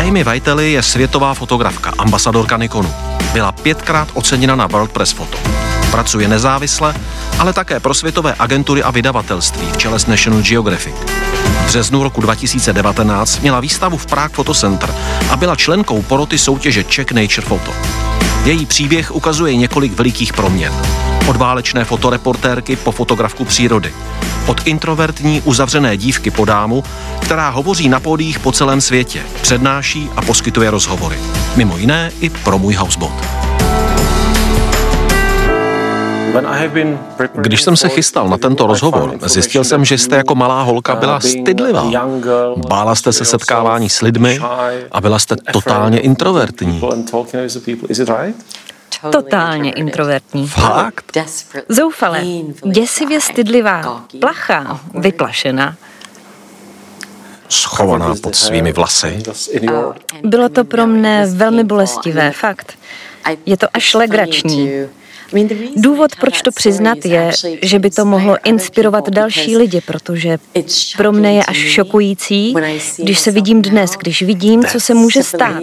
Amy Vitelli je světová fotografka, ambasadorka Nikonu. Byla 5krát oceněna na World Press Photo. Pracuje nezávisle, ale také pro světové agentury a vydavatelství v čele s National Geographic. V březnu roku 2019 měla výstavu v Prague Photo Center a byla členkou poroty soutěže Czech Nature Photo. Její příběh ukazuje několik velikých proměn. Od válečné fotoreportérky po fotografku přírody. Od introvertní uzavřené dívky po dámu, která hovoří na pódiích po celém světě, přednáší a poskytuje rozhovory. Mimo jiné i pro můj Houseboat. Když jsem se chystal na tento rozhovor, zjistil jsem, že jste jako malá holka byla stydlivá. Bála jste se setkávání s lidmi a byla jste totálně introvertní. Totálně introvertní. Fakt? Zoufale, děsivě stydlivá, plachá, vyplašená. Schovaná pod svými vlasy. Bylo to pro mne velmi bolestivé, fakt. Je to až legrační. Důvod, proč to přiznat, je, že by to mohlo inspirovat další lidi, protože pro mne je až šokující, když se vidím dnes, když vidím, co se může stát.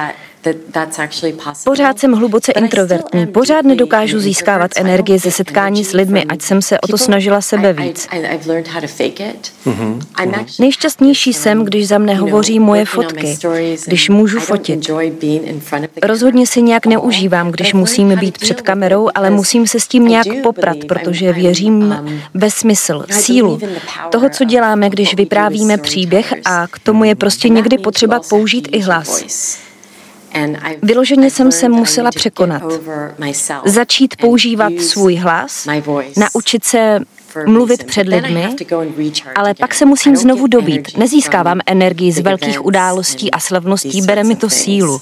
Pořád jsem hluboce introvertní, pořád nedokážu získávat energii ze setkání s lidmi, ať jsem se o to snažila sebe víc. Nejšťastnější jsem, když za mne hovoří moje fotky, když můžu fotit. Rozhodně si nějak neužívám, když musím být před kamerou, ale musím se s tím nějak poprat, protože věřím ve smysl, sílu toho, co děláme, když vyprávíme příběh, a k tomu je prostě někdy potřeba použít i hlas. Vyloženě jsem se musela překonat. Začít používat svůj hlas, naučit se mluvit před lidmi, ale pak se musím znovu dobít. Nezískávám energii z velkých událostí a slavností, bere mi to sílu.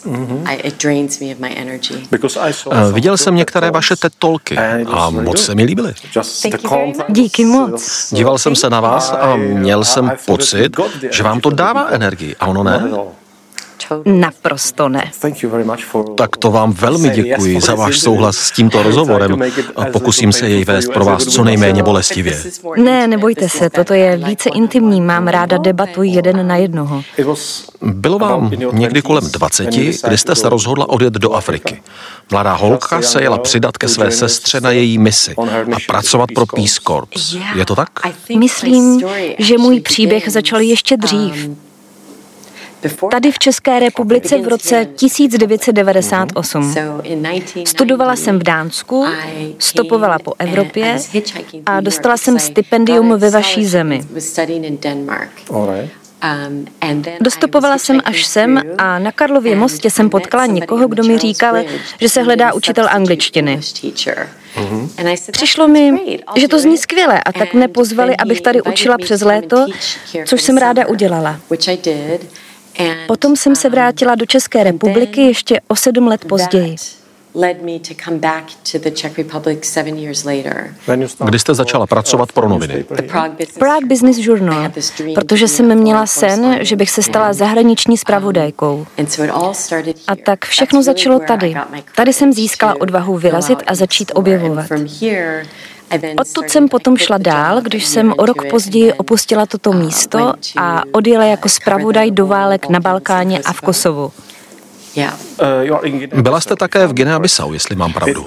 Viděl jsem některé vaše TED Talky a moc se mi líbily. Díky moc. Díval jsem se na vás a měl jsem pocit, že vám to dává energii, a ono ne? Naprosto ne. Tak to vám velmi děkuji za váš souhlas s tímto rozhovorem a pokusím se jej vést pro vás co nejméně bolestivě. Ne, nebojte se, toto je více intimní, mám ráda debatu jeden na jednoho. Bylo vám někdy kolem 20, kdy jste se rozhodla odjet do Afriky. Mladá holka se jela přidat ke své sestře na její misi a pracovat pro Peace Corps. Je to tak? Myslím, že můj příběh začal ještě dřív. Tady v České republice v roce 1998. Studovala jsem v Dánsku, stopovala po Evropě a dostala jsem stipendium ve vaší zemi. Dostopovala jsem až sem a na Karlově mostě jsem potkala někoho, kdo mi říkal, že se hledá učitel angličtiny. Přišlo mi, že to zní skvěle, a tak mne pozvali, abych tady učila přes léto, což jsem ráda udělala. Potom jsem se vrátila do České republiky ještě o 7 let později. Kdy jste začala pracovat pro noviny? Prague Business Journal, protože jsem měla sen, že bych se stala zahraniční zpravodajkou. A tak všechno začalo tady. Tady jsem získala odvahu vyrazit a začít objevovat. Odtud jsem potom šla dál, když jsem o rok později opustila toto místo a odjela jako zpravodaj do válek na Balkáně a v Kosovu. Byla jste také v Guinea-Bissau, jestli mám pravdu.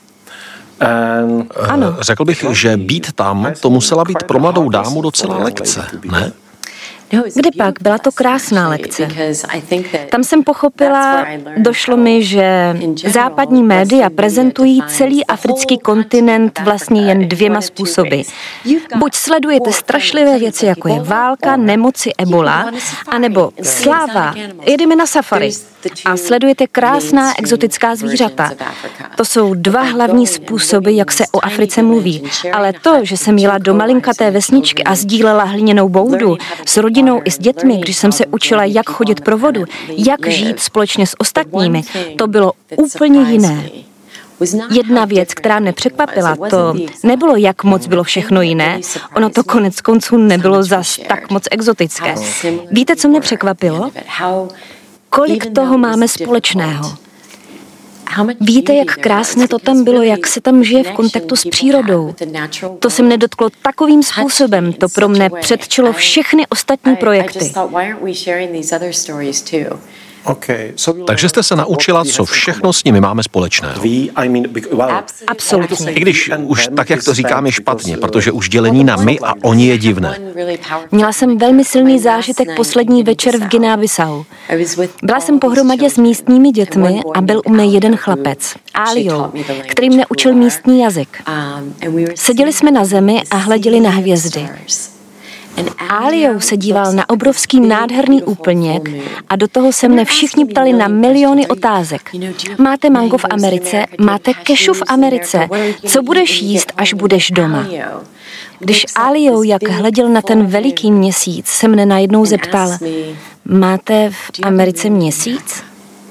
Ano. Řekl bych, že být tam, to musela být pro mladou dámu docela lekce, ne? Kde pak? Byla to krásná lekce. Tam jsem pochopila, došlo mi, že západní média prezentují celý africký kontinent vlastně jen 2 způsoby. Buď sledujete strašlivé věci, jako je válka, nemoci, ebola, anebo sláva, jedeme na safari a sledujete krásná exotická zvířata. To jsou 2 hlavní způsoby, jak se o Africe mluví. Ale to, že jsem jela do malinkaté vesničky a sdílela hliněnou boudu s rodinou i s dětmi, když jsem se učila, jak chodit pro vodu, jak žít společně s ostatními, to bylo úplně jiné. Jedna věc, která mě překvapila, to nebylo, jak moc bylo všechno jiné, ono to konec konců nebylo zas tak moc exotické. Víte, co mě překvapilo? Kolik toho máme společného. Víte, jak krásné to tam bylo, jak se tam žije v kontaktu s přírodou. To se mne dotklo takovým způsobem, to pro mne předčilo všechny ostatní projekty. Takže jste se naučila, co všechno s nimi máme společného. Absolutně. I když už tak, jak to říkám, je špatně, protože už dělení na my a oni je divné. Měla jsem velmi silný zážitek poslední večer v Guinea-Bissau. Byla jsem pohromadě s místními dětmi a byl u mne jeden chlapec, Alio, který mě učil místní jazyk. Seděli jsme na zemi a hleděli na hvězdy. Alio se díval na obrovský nádherný úplněk a do toho se mne všichni ptali na miliony otázek. Máte mango v Americe? Máte kešu v Americe? Co budeš jíst, až budeš doma? Když Alio jak hleděl na ten veliký měsíc, se mne najednou zeptal, máte v Americe měsíc?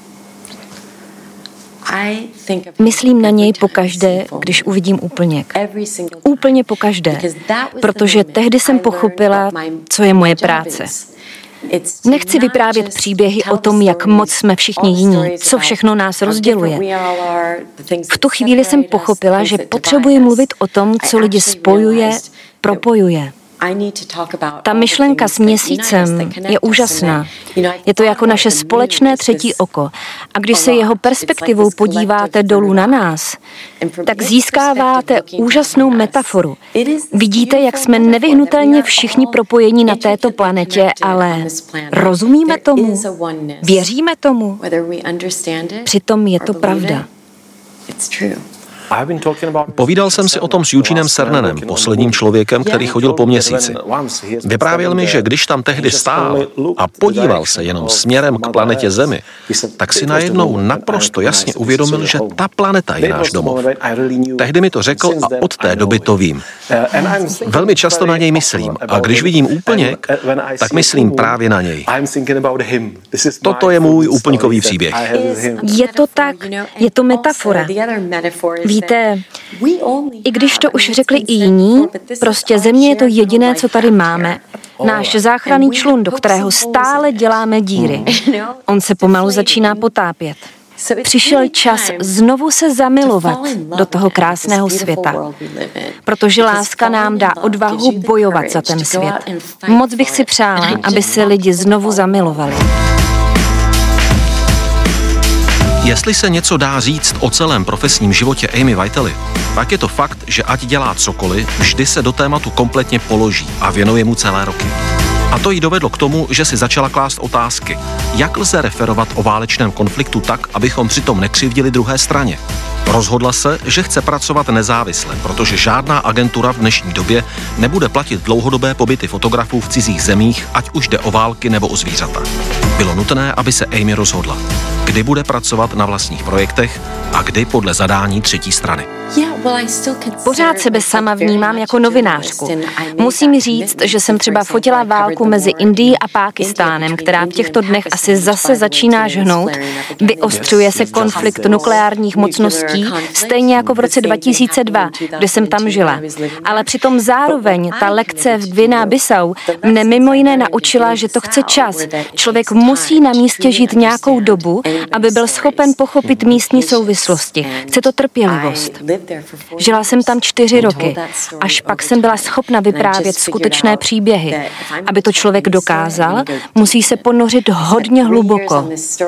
Myslím na něj pokaždé, když uvidím úplněk. Úplně pokaždé, protože tehdy jsem pochopila, co je moje práce. Nechci vyprávět příběhy o tom, jak moc jsme všichni jiní, co všechno nás rozděluje. V tu chvíli jsem pochopila, že potřebuji mluvit o tom, co lidi spojuje, propojuje. Ta myšlenka s měsícem je úžasná. Je to jako naše společné třetí oko. A když se jeho perspektivou podíváte dolů na nás, tak získáváte úžasnou metaforu. Vidíte, jak jsme nevyhnutelně všichni propojení na této planetě, ale rozumíme tomu? Věříme tomu? Přitom je to pravda. Povídal jsem si o tom s Eugenem Cernanem, posledním člověkem, který chodil po měsíci. Vyprávěl mi, že když tam tehdy stál a podíval se jenom směrem k planetě Zemi, tak si najednou naprosto jasně uvědomil, že ta planeta je náš domov. Tehdy mi to řekl a od té doby to vím. Velmi často na něj myslím a když vidím úplněk, tak myslím právě na něj. Toto je můj úplňkový příběh. Je to tak, je to metafora. Víte, i když to už řekli i jiní, prostě Země je to jediné, co tady máme. Náš záchranný člun, do kterého stále děláme díry. On se pomalu začíná potápět. Přišel čas znovu se zamilovat do toho krásného světa, protože láska nám dá odvahu bojovat za ten svět. Moc bych si přála, aby se lidi znovu zamilovali. Jestli se něco dá říct o celém profesním životě Amy Vitaly, pak je to fakt, že ať dělá cokoliv, vždy se do tématu kompletně položí a věnuje mu celé roky. A to jí dovedlo k tomu, že si začala klást otázky, jak lze referovat o válečném konfliktu tak, abychom přitom nekřivdili druhé straně. Rozhodla se, že chce pracovat nezávisle, protože žádná agentura v dnešní době nebude platit dlouhodobé pobyty fotografů v cizích zemích, ať už jde o války nebo o zvířata. Bylo nutné, aby se Amy rozhodla, kdy bude pracovat na vlastních projektech a kdy podle zadání třetí strany. Pořád sebe sama vnímám jako novinářku. Musím říct, že jsem třeba fotila válku mezi Indií a Pákistánem, která v těchto dnech asi zase začíná žhnout. Vyostřuje se konflikt nukleárních mocností, stejně jako v roce 2002, kde jsem tam žila. Ale přitom zároveň ta lekce v Guinea-Bissau mne mimo jiné naučila, že to chce čas. Člověk musí na místě žít nějakou dobu, aby byl schopen pochopit místní souvislosti. Chce to trpělivost. Žila jsem tam 4 roky, až pak jsem byla schopna vyprávět skutečné příběhy. Aby to člověk dokázal, musí se ponořit hodně hluboko.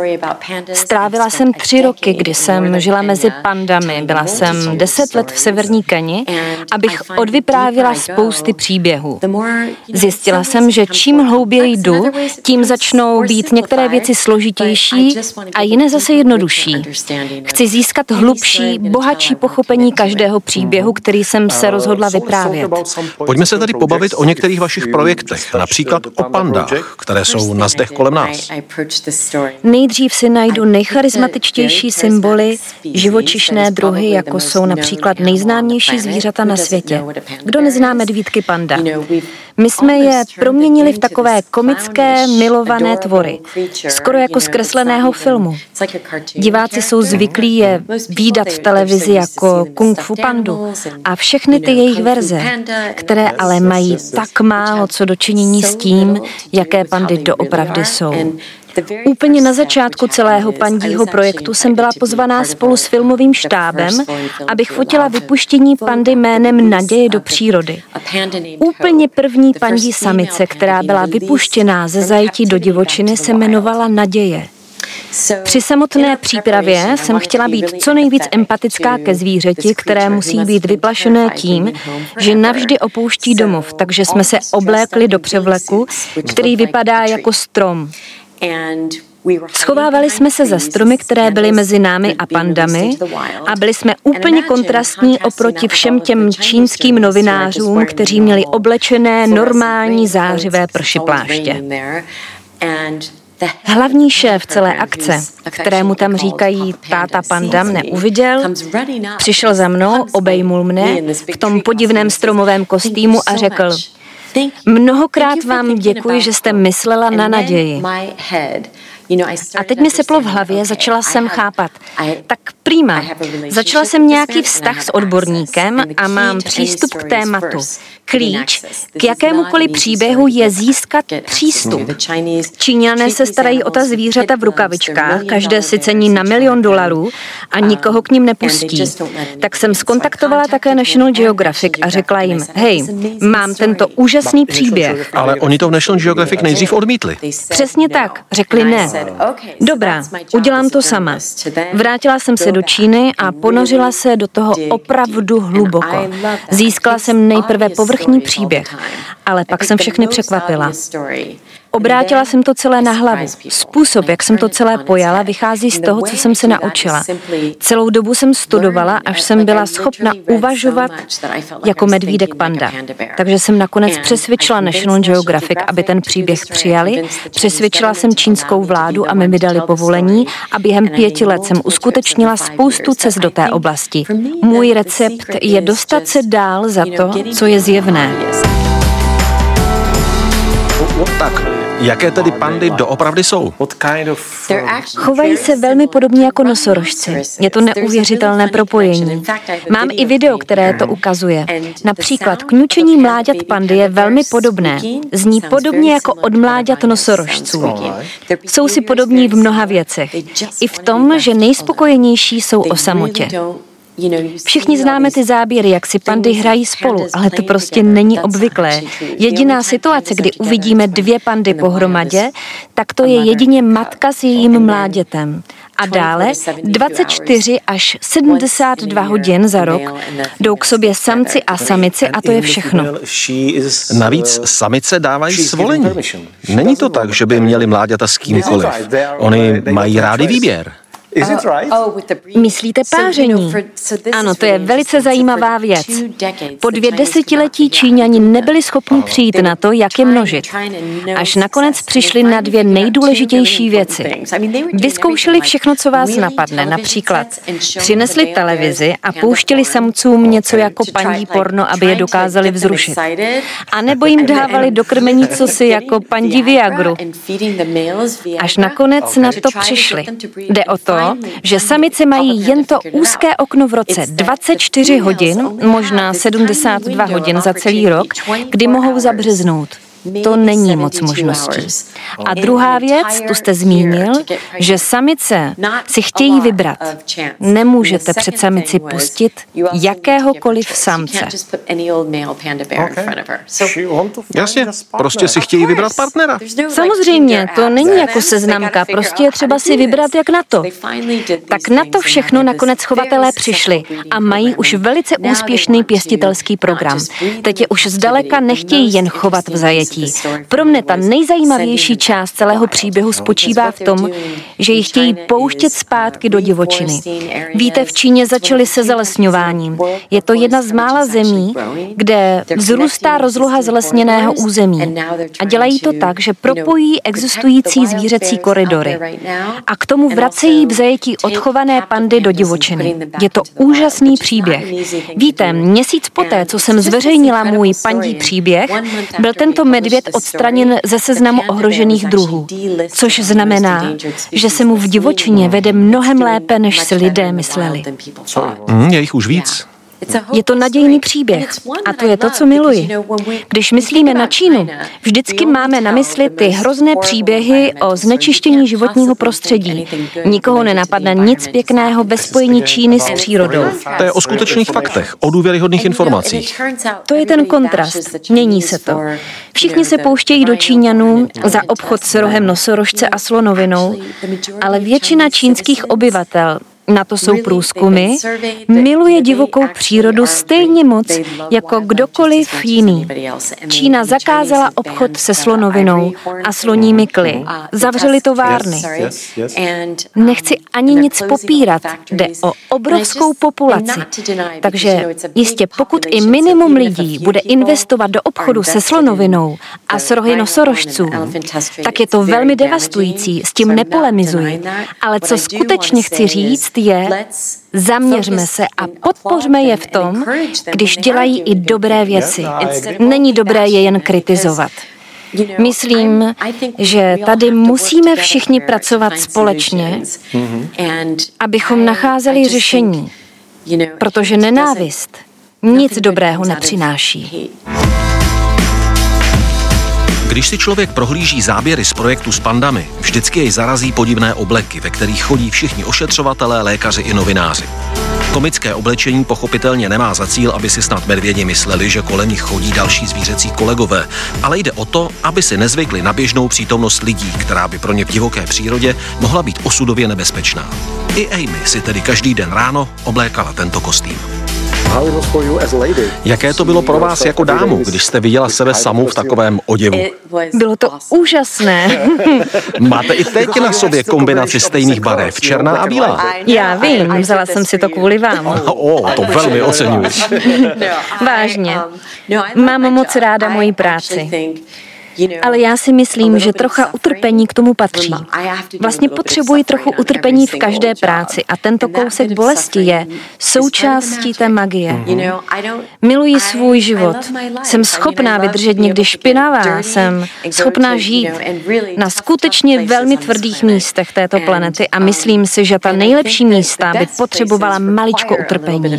Strávila jsem 3 roky, kdy jsem žila mezi pandami. Byla jsem 10 let v severní Keni, abych odvyprávěla spousty příběhů. Zjistila jsem, že čím hlouběji jdu, tím začnou být některé věci složitější a jiné zase jednodušší. Chci získat hlubší, bohatší pochopení každého příběhu, který jsem se rozhodla vyprávět. Pojďme se tady pobavit o některých vašich projektech, například o pandách, které jsou na zdech kolem nás. Nejdřív si najdu nejcharismatičtější symboly, živočišné druhy, jako jsou například nejznámější zvířata na světě. Kdo nezná medvídky panda? My jsme je proměnili v takové komické, milované tvory, skoro jako z kresleného filmu. Diváci jsou zvyklí je vídat v televizi jako Kung Fu pandu a všechny ty jejich verze, které ale mají tak málo co dočinění s tím, jaké pandy doopravdy jsou. Úplně na začátku celého pandího projektu jsem byla pozvaná spolu s filmovým štábem, abych fotila vypuštění pandy jménem Naděje do přírody. Úplně první pandí samice, která byla vypuštěná ze zajetí do divočiny, se jmenovala Naděje. Při samotné přípravě jsem chtěla být co nejvíc empatická ke zvířeti, které musí být vyplašené tím, že navždy opouští domov, takže jsme se oblékli do převleku, který vypadá jako strom. Schovávali jsme se za stromy, které byly mezi námi a pandami a byli jsme úplně kontrastní oproti všem těm čínským novinářům, kteří měli oblečené normální zářivé pršipláště. Hlavní šéf celé akce, kterému tam říkají táta panda, mne uviděl, přišel za mnou, obejmul mne v tom podivném stromovém kostýmu a řekl: mnohokrát vám děkuji, že jste myslela na naději. A teď mi seplo v hlavě, začala jsem chápat. Tak prima, začala jsem nějaký vztah s odborníkem a mám přístup k tématu. Klíč k jakémukoliv příběhu je získat přístup. Číňané se starají o ta zvířata v rukavičkách, každé si cení na $1 milion a nikoho k nim nepustí. Tak jsem skontaktovala také National Geographic a řekla jim: hej, mám tento úžasný příběh. Ale oni to v National Geographic nejdřív odmítli. Přesně tak, řekli ne. Dobrá, udělám to sama. Vrátila jsem se do Číny a ponořila se do toho opravdu hluboko. Získala jsem nejprve povrchní příběh, ale pak jsem všechny překvapila. Obrátila jsem to celé na hlavu. Způsob, jak jsem to celé pojala, vychází z toho, co jsem se naučila. Celou dobu jsem studovala, až jsem byla schopna uvažovat jako medvídek panda. Takže jsem nakonec přesvědčila National Geographic, aby ten příběh přijali. Přesvědčila jsem čínskou vládu a my mi dali povolení a během 5 let jsem uskutečnila spoustu cest do té oblasti. Můj recept je dostat se dál za to, co je zjevné. Tak, jaké tedy pandy doopravdy jsou? Chovají se velmi podobně jako nosorožci. Je to neuvěřitelné propojení. Mám i video, které to ukazuje. Například kňučení mláďat pandy je velmi podobné. Zní podobně jako od mláďat nosorožců. Jsou si podobní v mnoha věcech. I v tom, že nejspokojenější jsou o samotě. Všichni známe ty záběry, jak si pandy hrají spolu, ale to prostě není obvyklé. Jediná situace, kdy uvidíme 2 pandy pohromadě, tak to je jedině matka s jejím mládětem. A dále 24 až 72 hodin za rok jdou k sobě samci a samici a to je všechno. Navíc samice dávají svolení. Není to tak, že by měli mláďata s kýmkoliv. Oni mají rádi výběr. Myslíte páření? Ano, to je velice zajímavá věc. Po 2 desetiletí Číňani nebyli schopni přijít na to, jak je množit. Až nakonec přišli na 2 nejdůležitější věci. Vyzkoušeli všechno, co vás napadne. Například přinesli televizi a pouštěli samcům něco jako pandí porno, aby je dokázali vzrušit. A nebo jim dávali do krmení cosi jako pandí viagru. Až nakonec na to přišli. Jde o to, že samice mají jen to úzké okno v roce 24 hodin, možná 72 hodin za celý rok, kdy mohou zabřeznout. To není moc možností. A druhá věc, tu jste zmínil, že samice si chtějí vybrat. Nemůžete před samici pustit jakéhokoliv samce. Jasně, prostě si chtějí vybrat partnera. Samozřejmě, to není jako seznamka, prostě je třeba si vybrat, jak na to. Tak na to všechno nakonec chovatelé přišli a mají už velice úspěšný pěstitelský program. Teď je už zdaleka nechtějí jen chovat v zajetí. Pro mne ta nejzajímavější část celého příběhu spočívá v tom, že ji chtějí pouštět zpátky do divočiny. Víte, v Číně začali se zalesňováním. Je to jedna z mála zemí, kde vzrůstá rozloha zalesněného území. A dělají to tak, že propojí existující zvířecí koridory. A k tomu vracejí v zajetí odchované pandy do divočiny. Je to úžasný příběh. Víte, měsíc poté, co jsem zveřejnila můj pandí příběh, byl tento medvěd odstraněn ze seznamu ohrožených druhů, což znamená, že se mu v divočině vede mnohem lépe, než si lidé mysleli. Je jich už víc. Je to nadějný příběh a to je to, co miluji. Když myslíme na Čínu, vždycky máme na mysli ty hrozné příběhy o znečištění životního prostředí. Nikoho nenapadne nic pěkného ve spojení Číny s přírodou. To je o skutečných faktech, o důvěryhodných informacích. To je ten kontrast. Mění se to. Všichni se pouštějí do Číňanů za obchod s rohem nosorožce a slonovinou, ale většina čínských obyvatel, na to jsou průzkumy, miluje divokou přírodu stejně moc jako kdokoliv jiný. Čína zakázala obchod se slonovinou a sloními kly. Zavřeli továrny. Nechci ani nic popírat, jde o obrovskou populaci. Takže jistě pokud i minimum lidí bude investovat do obchodu se slonovinou a s rohy nosorožců, tak je to velmi devastující, s tím nepolemizuji. Ale co skutečně chci říct, je, zaměřme se a podpořme je v tom, když dělají i dobré věci. Není dobré je jen kritizovat. Myslím, že tady musíme všichni pracovat společně, abychom nacházeli řešení, protože nenávist nic dobrého nepřináší. Když si člověk prohlíží záběry z projektu s pandami, vždycky jej zarazí podivné obleky, ve kterých chodí všichni ošetřovatelé, lékaři i novináři. Komické oblečení pochopitelně nemá za cíl, aby si snad medvědi mysleli, že kolem nich chodí další zvířecí kolegové, ale jde o to, aby si nezvykli na běžnou přítomnost lidí, která by pro ně v divoké přírodě mohla být osudově nebezpečná. I Amy si tedy každý den ráno oblékala tento kostým. Jaké to bylo pro vás jako dámu, když jste viděla sebe samou v takovém oděvu? Bylo to úžasné. Máte i teď na sobě kombinaci stejných barev, černá a bílá. Já vím, vzala jsem si to kvůli vám. To velmi oceňuji. Vážně. Mám moc ráda moji práci. Ale já si myslím, že trocha utrpení k tomu patří. Vlastně potřebuji trochu utrpení v každé práci a tento kousek bolesti je součástí té magie. Miluji svůj život. Jsem schopná vydržet někdy špinavá, jsem schopná žít na skutečně velmi tvrdých místech této planety a myslím si, že ta nejlepší místa by potřebovala maličko utrpení.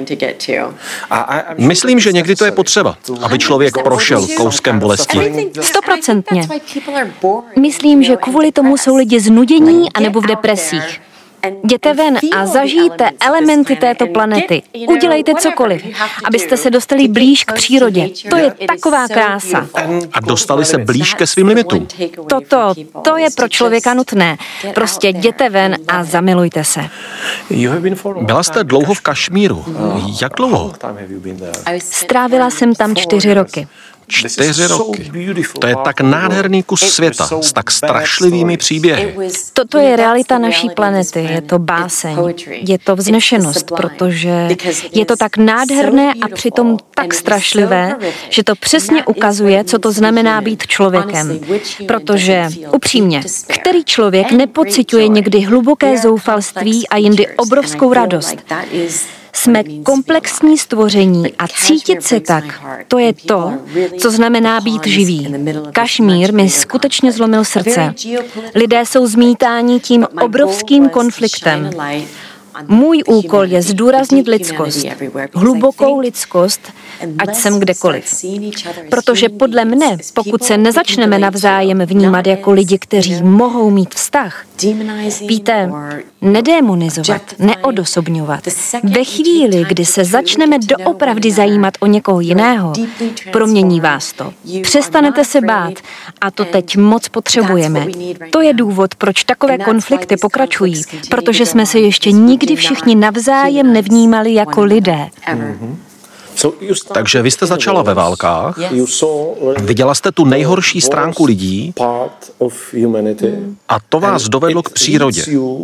Myslím, že někdy to je potřeba, aby člověk prošel kouskem bolesti. 100%. Myslím, že kvůli tomu jsou lidi znudění anebo v depresích. Jděte ven a zažijte elementy této planety. Udělejte cokoliv, abyste se dostali blíž k přírodě. To je taková krása. A dostali se blíž ke svým limitům. To je pro člověka nutné. Prostě jděte ven a zamilujte se. Byla jste dlouho v Kašmíru. Jak dlouho? Strávila jsem tam 4 roky. 4 roky. To je tak nádherný kus světa s tak strašlivými příběhy. Toto je realita naší planety, je to báseň, je to vznešenost, protože je to tak nádherné a přitom tak strašlivé, že to přesně ukazuje, co to znamená být člověkem. Protože, upřímně, který člověk nepociťuje někdy hluboké zoufalství a jindy obrovskou radost? Jsme komplexní stvoření a cítit se tak, to je to, co znamená být živý. Kašmír mi skutečně zlomil srdce. Lidé jsou zmítáni tím obrovským konfliktem. Můj úkol je zdůraznit lidskost, hlubokou lidskost, ať jsem kdekoliv. Protože podle mne, pokud se nezačneme navzájem vnímat jako lidi, kteří mohou mít vztah, víte, nedémonizovat, neodosobňovat. Ve chvíli, kdy se začneme doopravdy zajímat o někoho jiného, promění vás to. Přestanete se bát a to teď moc potřebujeme. To je důvod, proč takové konflikty pokračují, protože jsme se ještě nikdy všichni navzájem nevnímali jako lidé. Takže vy jste začala ve válkách, viděla jste tu nejhorší stránku lidí a to vás dovedlo k přírodě.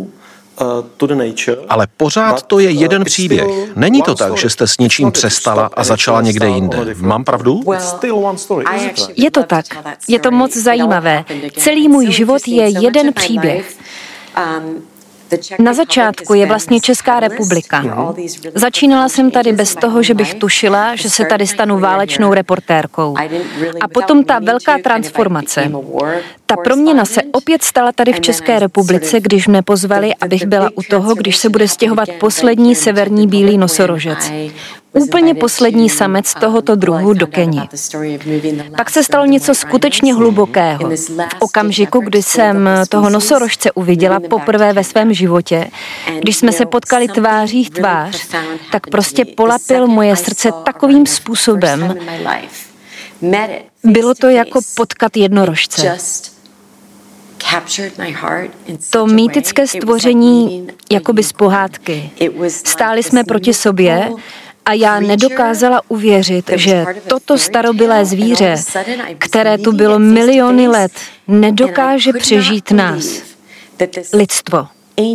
Ale pořád to je jeden příběh. Není to tak, že jste s něčím přestala a začala někde jinde. Mám pravdu? Je to tak. Je to moc zajímavé. Celý můj život je jeden příběh. Na začátku je vlastně Česká republika. Začínala jsem tady bez toho, že bych tušila, že se tady stanu válečnou reportérkou. A potom ta velká transformace. Ta proměna se opět stala tady v České republice, když mne pozvali, abych byla u toho, když se bude stěhovat poslední severní bílý nosorožec. úplně poslední samec tohoto druhu do Keni. Pak se stalo něco skutečně hlubokého. V okamžiku, kdy jsem toho nosorožce uviděla poprvé ve svém životě, když jsme se potkali tváří v tvář, tak prostě polapil moje srdce takovým způsobem. Bylo to jako potkat jednorožce. To mýtické stvoření jakoby z pohádky. Stáli jsme proti sobě a já nedokázala uvěřit, že toto starobylé zvíře, které tu bylo miliony let, nedokáže přežít nás, lidstvo.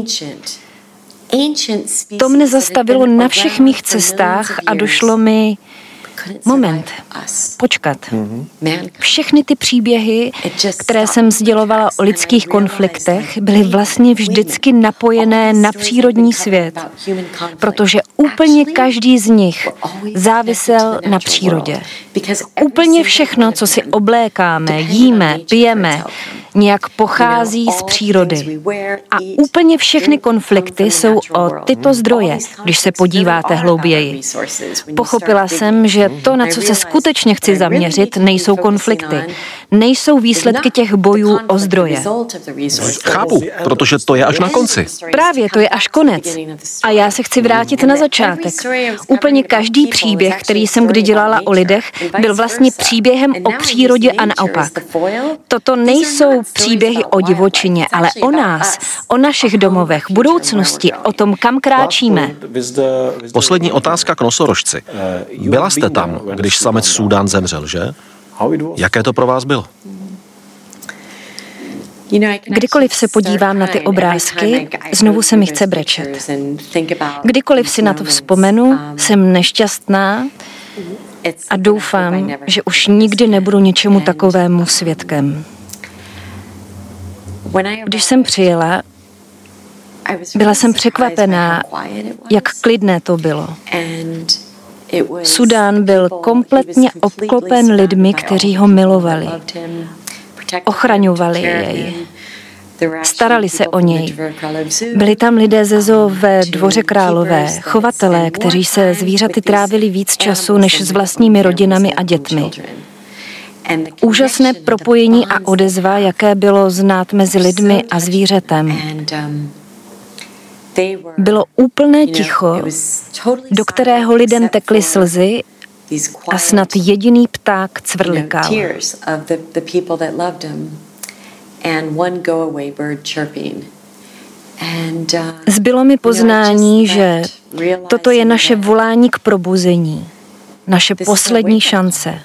To mne zastavilo na všech mých cestách a došlo mi, moment, počkat. Všechny ty příběhy, které jsem sdělovala o lidských konfliktech, byly vlastně vždycky napojené na přírodní svět, protože úplně každý z nich závisel na přírodě. Úplně všechno, co si oblékáme, jíme, pijeme, nějak pochází z přírody. A úplně všechny konflikty jsou o tyto zdroje, když se podíváte hlouběji. Pochopila jsem, že to, na co se skutečně chci zaměřit, nejsou konflikty. Nejsou výsledky těch bojů o zdroje. Chápu, protože to je až na konci. Právě, to je až konec. A já se chci vrátit na začátek. Úplně každý příběh, který jsem kdy dělala o lidech, byl vlastně příběhem o přírodě a naopak. Toto nejsou příběhy o divočině, ale o nás, o našich domovech, budoucnosti, o tom, kam kráčíme. Poslední otázka k nosorožci. Byla jste tam, když samec Súdán zemřel, že? Jaké to pro vás bylo? Kdykoliv se podívám na ty obrázky, znovu se mi chce brečet. Kdykoliv si na to vzpomenu, jsem nešťastná a doufám, že už nikdy nebudu něčemu takovému svědkem. Když jsem přijela, byla jsem překvapená, jak klidné to bylo. Súdán byl kompletně obklopen lidmi, kteří ho milovali. Ochraňovali jej. Starali se o něj. Byli tam lidé ze zoo ve Dvoře Králové, chovatelé, kteří se zvířaty trávili víc času než s vlastními rodinami a dětmi. Úžasné propojení a odezva, jaké bylo znát mezi lidmi a zvířetem. Bylo úplné ticho, do kterého lidem tekly slzy a snad jediný pták cvrlikal. Zbylo mi poznání, že toto je naše volání k probuzení, naše poslední šance.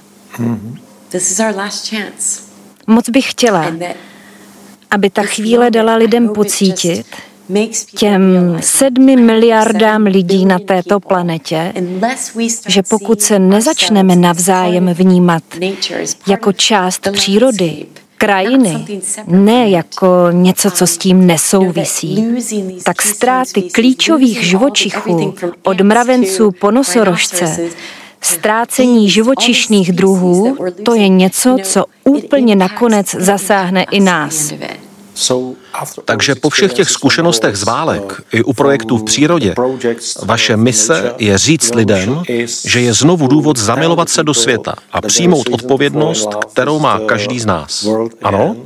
Moc bych chtěla, aby ta chvíle dala lidem pocítit, těm 7 miliardám lidí na této planetě, že pokud se nezačneme navzájem vnímat jako část přírody, krajiny, ne jako něco, co s tím nesouvisí, tak ztráty klíčových živočichů od mravenců po nosorožce, ztrácení živočišných druhů, to je něco, co úplně nakonec zasáhne i nás. Takže po všech těch zkušenostech z válek i u projektů v přírodě, vaše mise je říct lidem, že je znovu důvod zamilovat se do světa a přijmout odpovědnost, kterou má každý z nás. Ano?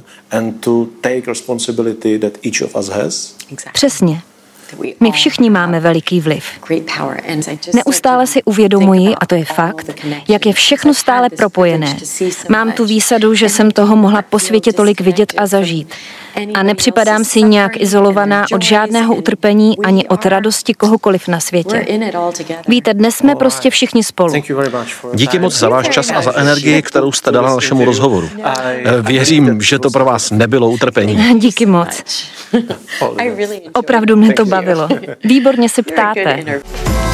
Přesně. My všichni máme veliký vliv. Neustále si uvědomuji, a to je fakt, jak je všechno stále propojené. Mám tu výsadu, že jsem toho mohla po světě tolik vidět a zažít. A nepřipadám si nějak izolovaná od žádného utrpení ani od radosti kohokoliv na světě. Víte, dnes jsme prostě všichni spolu. Díky moc za váš čas a za energii, kterou jste dala našemu rozhovoru. Věřím, že to pro vás nebylo utrpení. Díky moc. Opravdu mě to bavilo. Výborně se ptáte.